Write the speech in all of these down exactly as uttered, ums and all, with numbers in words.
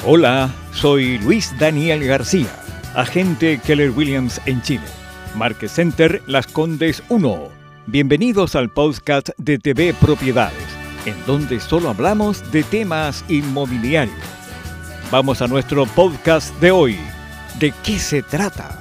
Hola, soy Luis Daniel García, agente Keller Williams en Chile. Market Center Las Condes uno. Bienvenidos al podcast de T V Propiedades, en donde solo hablamos de temas inmobiliarios. Vamos a nuestro podcast de hoy. ¿De qué se trata?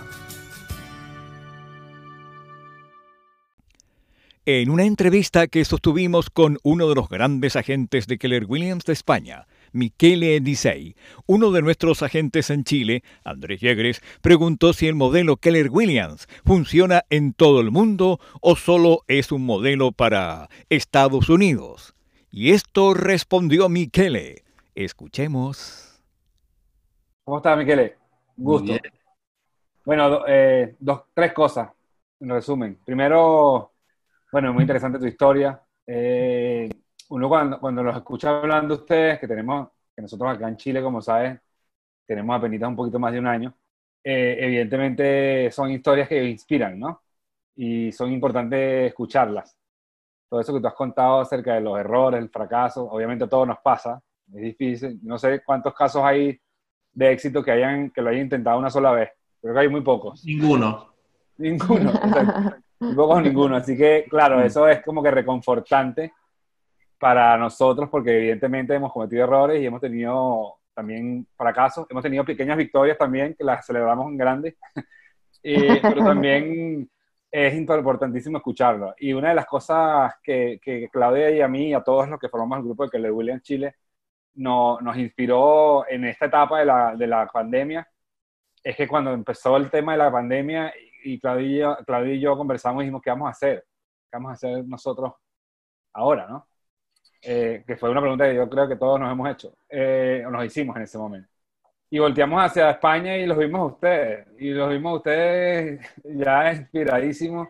En una entrevista que sostuvimos con uno de los grandes agentes de Keller Williams de España, Michele Dicey, uno de nuestros agentes en Chile, Andrés Yegres, preguntó si el modelo Keller Williams funciona en todo el mundo o solo es un modelo para Estados Unidos. Y esto respondió Michele. Escuchemos. ¿Cómo estás, Michele? Gusto. Muy bien. Bueno, do- eh, dos, tres cosas, en resumen. Primero, bueno, muy interesante tu historia. Eh, uno cuando, cuando los escucha hablando ustedes, que tenemos, que nosotros acá en Chile, como sabes, tenemos apenas un poquito más de un año, eh, evidentemente son historias que inspiran, ¿no? Y son importantes escucharlas. Todo eso que tú has contado acerca de los errores, el fracaso, obviamente a todos nos pasa, es difícil. No sé cuántos casos hay de éxito que hayan que lo hayan intentado una sola vez. Creo que hay muy pocos. Ninguno. Ninguno, exacto. Muy pocos o ninguno. Así que, claro, eso es como que reconfortante para nosotros porque evidentemente hemos cometido errores y hemos tenido también fracasos. Hemos tenido pequeñas victorias también que las celebramos en grande. Eh, pero también es importantísimo escucharlo. Y una de las cosas que, que Claudia y a mí y a todos los que formamos el grupo de Keller Williams Chile no, nos inspiró en esta etapa de la, de la pandemia es que cuando empezó el tema de la pandemia y Claudia y yo, Claudia y yo conversamos y dijimos, ¿qué vamos a hacer? ¿Qué vamos a hacer nosotros ahora, no? Eh, que fue una pregunta que yo creo que todos nos hemos hecho, eh, o nos hicimos en ese momento. Y volteamos hacia España y los vimos a ustedes, y los vimos a ustedes ya inspiradísimos,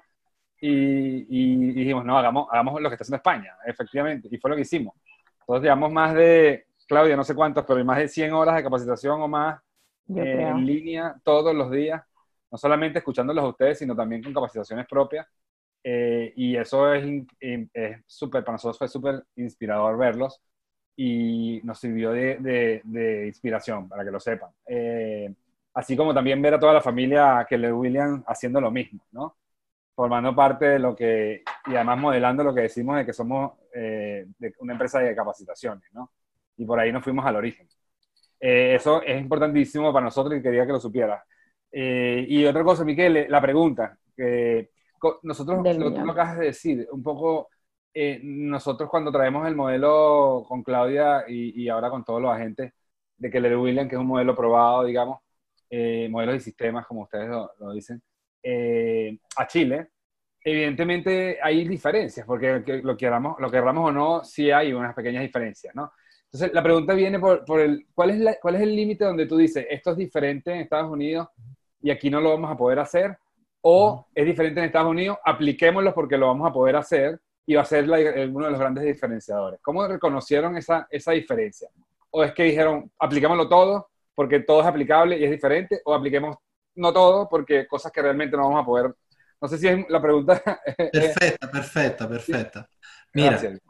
y, y dijimos, no, hagamos, hagamos lo que está haciendo España, efectivamente, y fue lo que hicimos. Entonces llevamos más de, Claudia, no sé cuántos, pero más de cien horas de capacitación o más Yo eh, creo. en línea todos los días, no solamente escuchándolos a ustedes, sino también con capacitaciones propias. Eh, y eso es es súper, para nosotros fue súper inspirador verlos y nos sirvió de, de, de inspiración, para que lo sepan. Eh, así como también ver a toda la familia Keller Williams haciendo lo mismo, ¿no? Formando parte de lo que, y además modelando lo que decimos de que somos eh, de una empresa de capacitaciones, ¿no? Y por ahí nos fuimos al origen. Eh, eso es importantísimo para nosotros y quería que lo supieras. Eh, y otra cosa, Miquel, la pregunta. que co- nosotros, Del lo que tú millón. lo acabas de decir, un poco, eh, nosotros cuando traemos el modelo con Claudia y, y ahora con todos los agentes de Keller Williams, que es un modelo probado, digamos, eh, modelos y sistemas, como ustedes lo, lo dicen, eh, a Chile, evidentemente hay diferencias, porque que- lo queramos, lo queramos o no, sí hay unas pequeñas diferencias, ¿no? Entonces, la pregunta viene por, por el, ¿cuál es, la- ¿cuál es el límite donde tú dices, esto es diferente en Estados Unidos y aquí no lo vamos a poder hacer? O es diferente en Estados Unidos, apliquémoslo porque lo vamos a poder hacer y va a ser la- eh, uno de los grandes diferenciadores. ¿Cómo reconocieron esa, esa diferencia? ¿O es que dijeron, apliquémoslo todo porque todo es aplicable y es diferente? ¿O apliquemos no todo porque cosas que realmente no vamos a poder? No sé si es la pregunta. Perfecta, perfecta, perfecta. Mira, Gracias.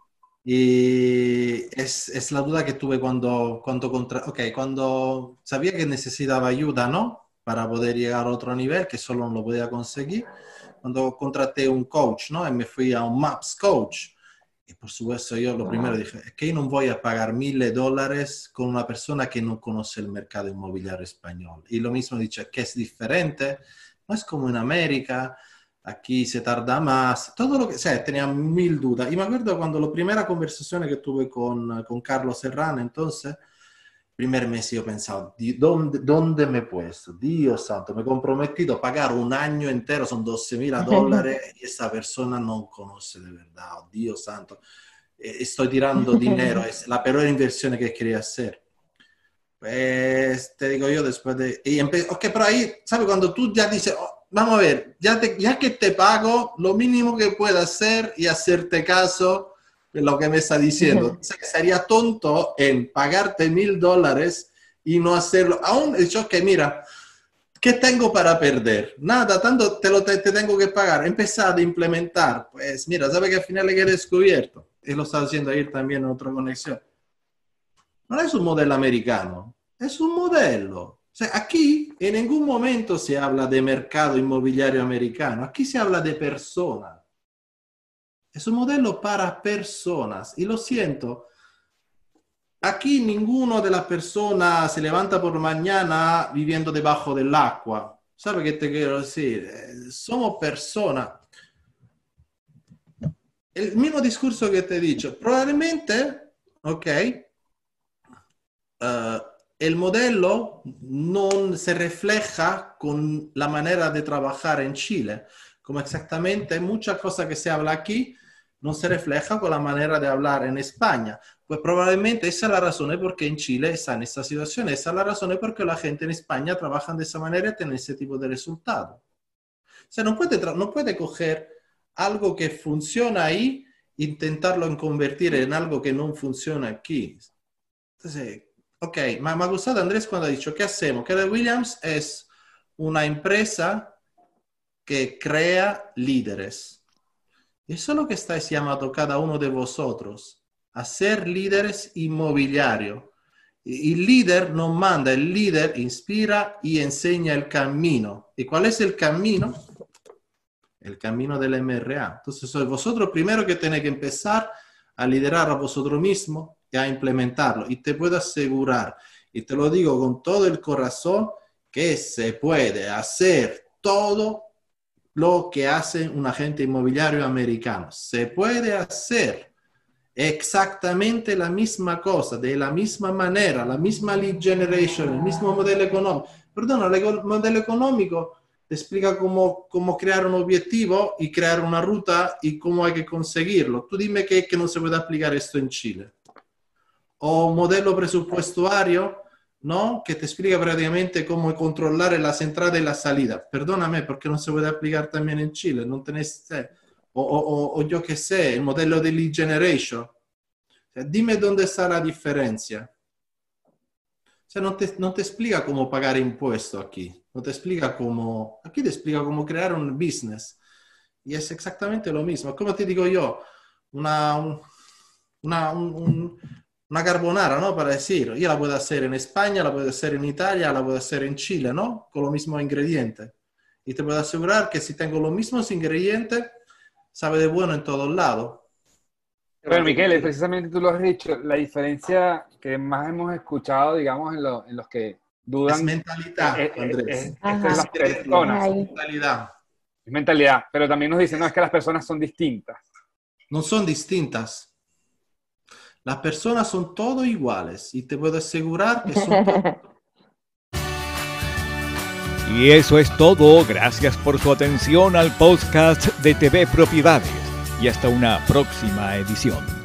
y es, es la duda que tuve cuando, cuando, contra, okay, cuando sabía que necesitaba ayuda, ¿no? Para poder llegar a otro nivel, que solo no lo podía conseguir. Cuando contraté un coach, ¿no? Y me fui a un Maps Coach. Y por supuesto yo lo Wow. primero dije, es que yo no voy a pagar miles de dólares con una persona que no conoce el mercado inmobiliario español. Y lo mismo he dicho, que es diferente, no es como en América, aquí se tarda más, todo lo que, o sea, tenía mil dudas. Y me acuerdo cuando la primera conversación que tuve con, con Carlos Serrano, entonces, primer mes yo pensaba, "Di- ¿dónde, dónde me he puesto? Dios santo, me he comprometido a pagar un año entero, son doce mil dólares, y esa persona no conoce de verdad, oh, Dios santo, eh, estoy tirando dinero, es la peor inversión que quería hacer. Pues te digo yo después de... Y empe- ok, pero ahí, ¿sabes? Cuando tú ya dices, "Oh, vamos a ver, ya, te, ya que te pago, lo mínimo que puedo hacer y hacerte caso de lo que me está diciendo. O sea, que sería tonto en pagarte mil dólares y no hacerlo. Aún he dicho que, mira, ¿qué tengo para perder? Nada, tanto te lo te, te tengo que pagar. Empezar a implementar. Pues mira, ¿sabes que al final he descubierto? Y lo está haciendo ahí también en otra conexión. No es un modelo americano. Es un modelo. O sea, aquí en ningún momento se habla de mercado inmobiliario americano. Aquí se habla de personas. Es un modelo para personas. Y lo siento, aquí ninguno de las personas se levanta por mañana viviendo debajo del agua. ¿Sabes qué te quiero decir? Eh, somos personas. El mismo discurso que te he dicho. Probablemente, ok, uh, el modelo no se refleja con la manera de trabajar en Chile. Como exactamente muchas cosas que se habla aquí no se refleja con la manera de hablar en España. Pues probablemente esa es la razón por qué en Chile está en esta situación. Esa es la razón por qué la gente en España trabaja de esa manera y tiene ese tipo de resultados. O sea, no puede, no puede coger algo que funciona ahí e intentarlo convertir en algo que no funciona aquí. Entonces, ok, me ha gustado Andrés cuando ha dicho, ¿qué hacemos? Keller Williams es una empresa que crea líderes. Eso es lo que estáis llamando cada uno de vosotros, a ser líderes inmobiliarios. Y el líder no manda, el líder inspira y enseña el camino. ¿Y cuál es el camino? El camino del M R A. Entonces, sois vosotros primero que tenéis que empezar a liderar a vosotros mismos y a implementarlo. Y te puedo asegurar, y te lo digo con todo el corazón, que se puede hacer todo lo que hace un agente inmobiliario americano. Se puede hacer exactamente la misma cosa, de la misma manera, la misma lead generation, el mismo modelo económico. Perdón, el modelo económico te explica cómo, cómo crear un objetivo y crear una ruta y cómo hay que conseguirlo. Tú dime que, que no se puede aplicar esto en Chile. O modelo presupuestario, ¿no? Que te explica prácticamente cómo controlar las entradas y las salidas. Perdóname, porque no se puede aplicar también en Chile. No tenés, eh, o, o, o yo qué sé, el modelo de lead generation. O sea, dime dónde está la diferencia. O sea, no te, no te explica cómo pagar impuestos aquí. No te explica cómo... Aquí te explica cómo crear un business. Y es exactamente lo mismo. Como te digo yo, una... Un, una un, un, una carbonara, ¿no? Para decir, yo la puedo hacer en España, la puedo hacer en Italia, la puedo hacer en Chile, ¿no? Con los mismos ingredientes. Y te puedo asegurar que si tengo los mismos ingredientes, sabe de bueno en todos lados. Pero Miquel, precisamente tú lo has dicho, la diferencia que más hemos escuchado, digamos, en, lo, en los que dudan... Es mentalidad, es, Andrés. Es, es, es las personas. Es mentalidad. Es mentalidad, pero también nos dicen, no, es que las personas son distintas. No son distintas. Las personas son todos iguales y te puedo asegurar que son todos... Y eso es todo. Gracias por su atención al podcast de T V Propiedades y hasta una próxima edición.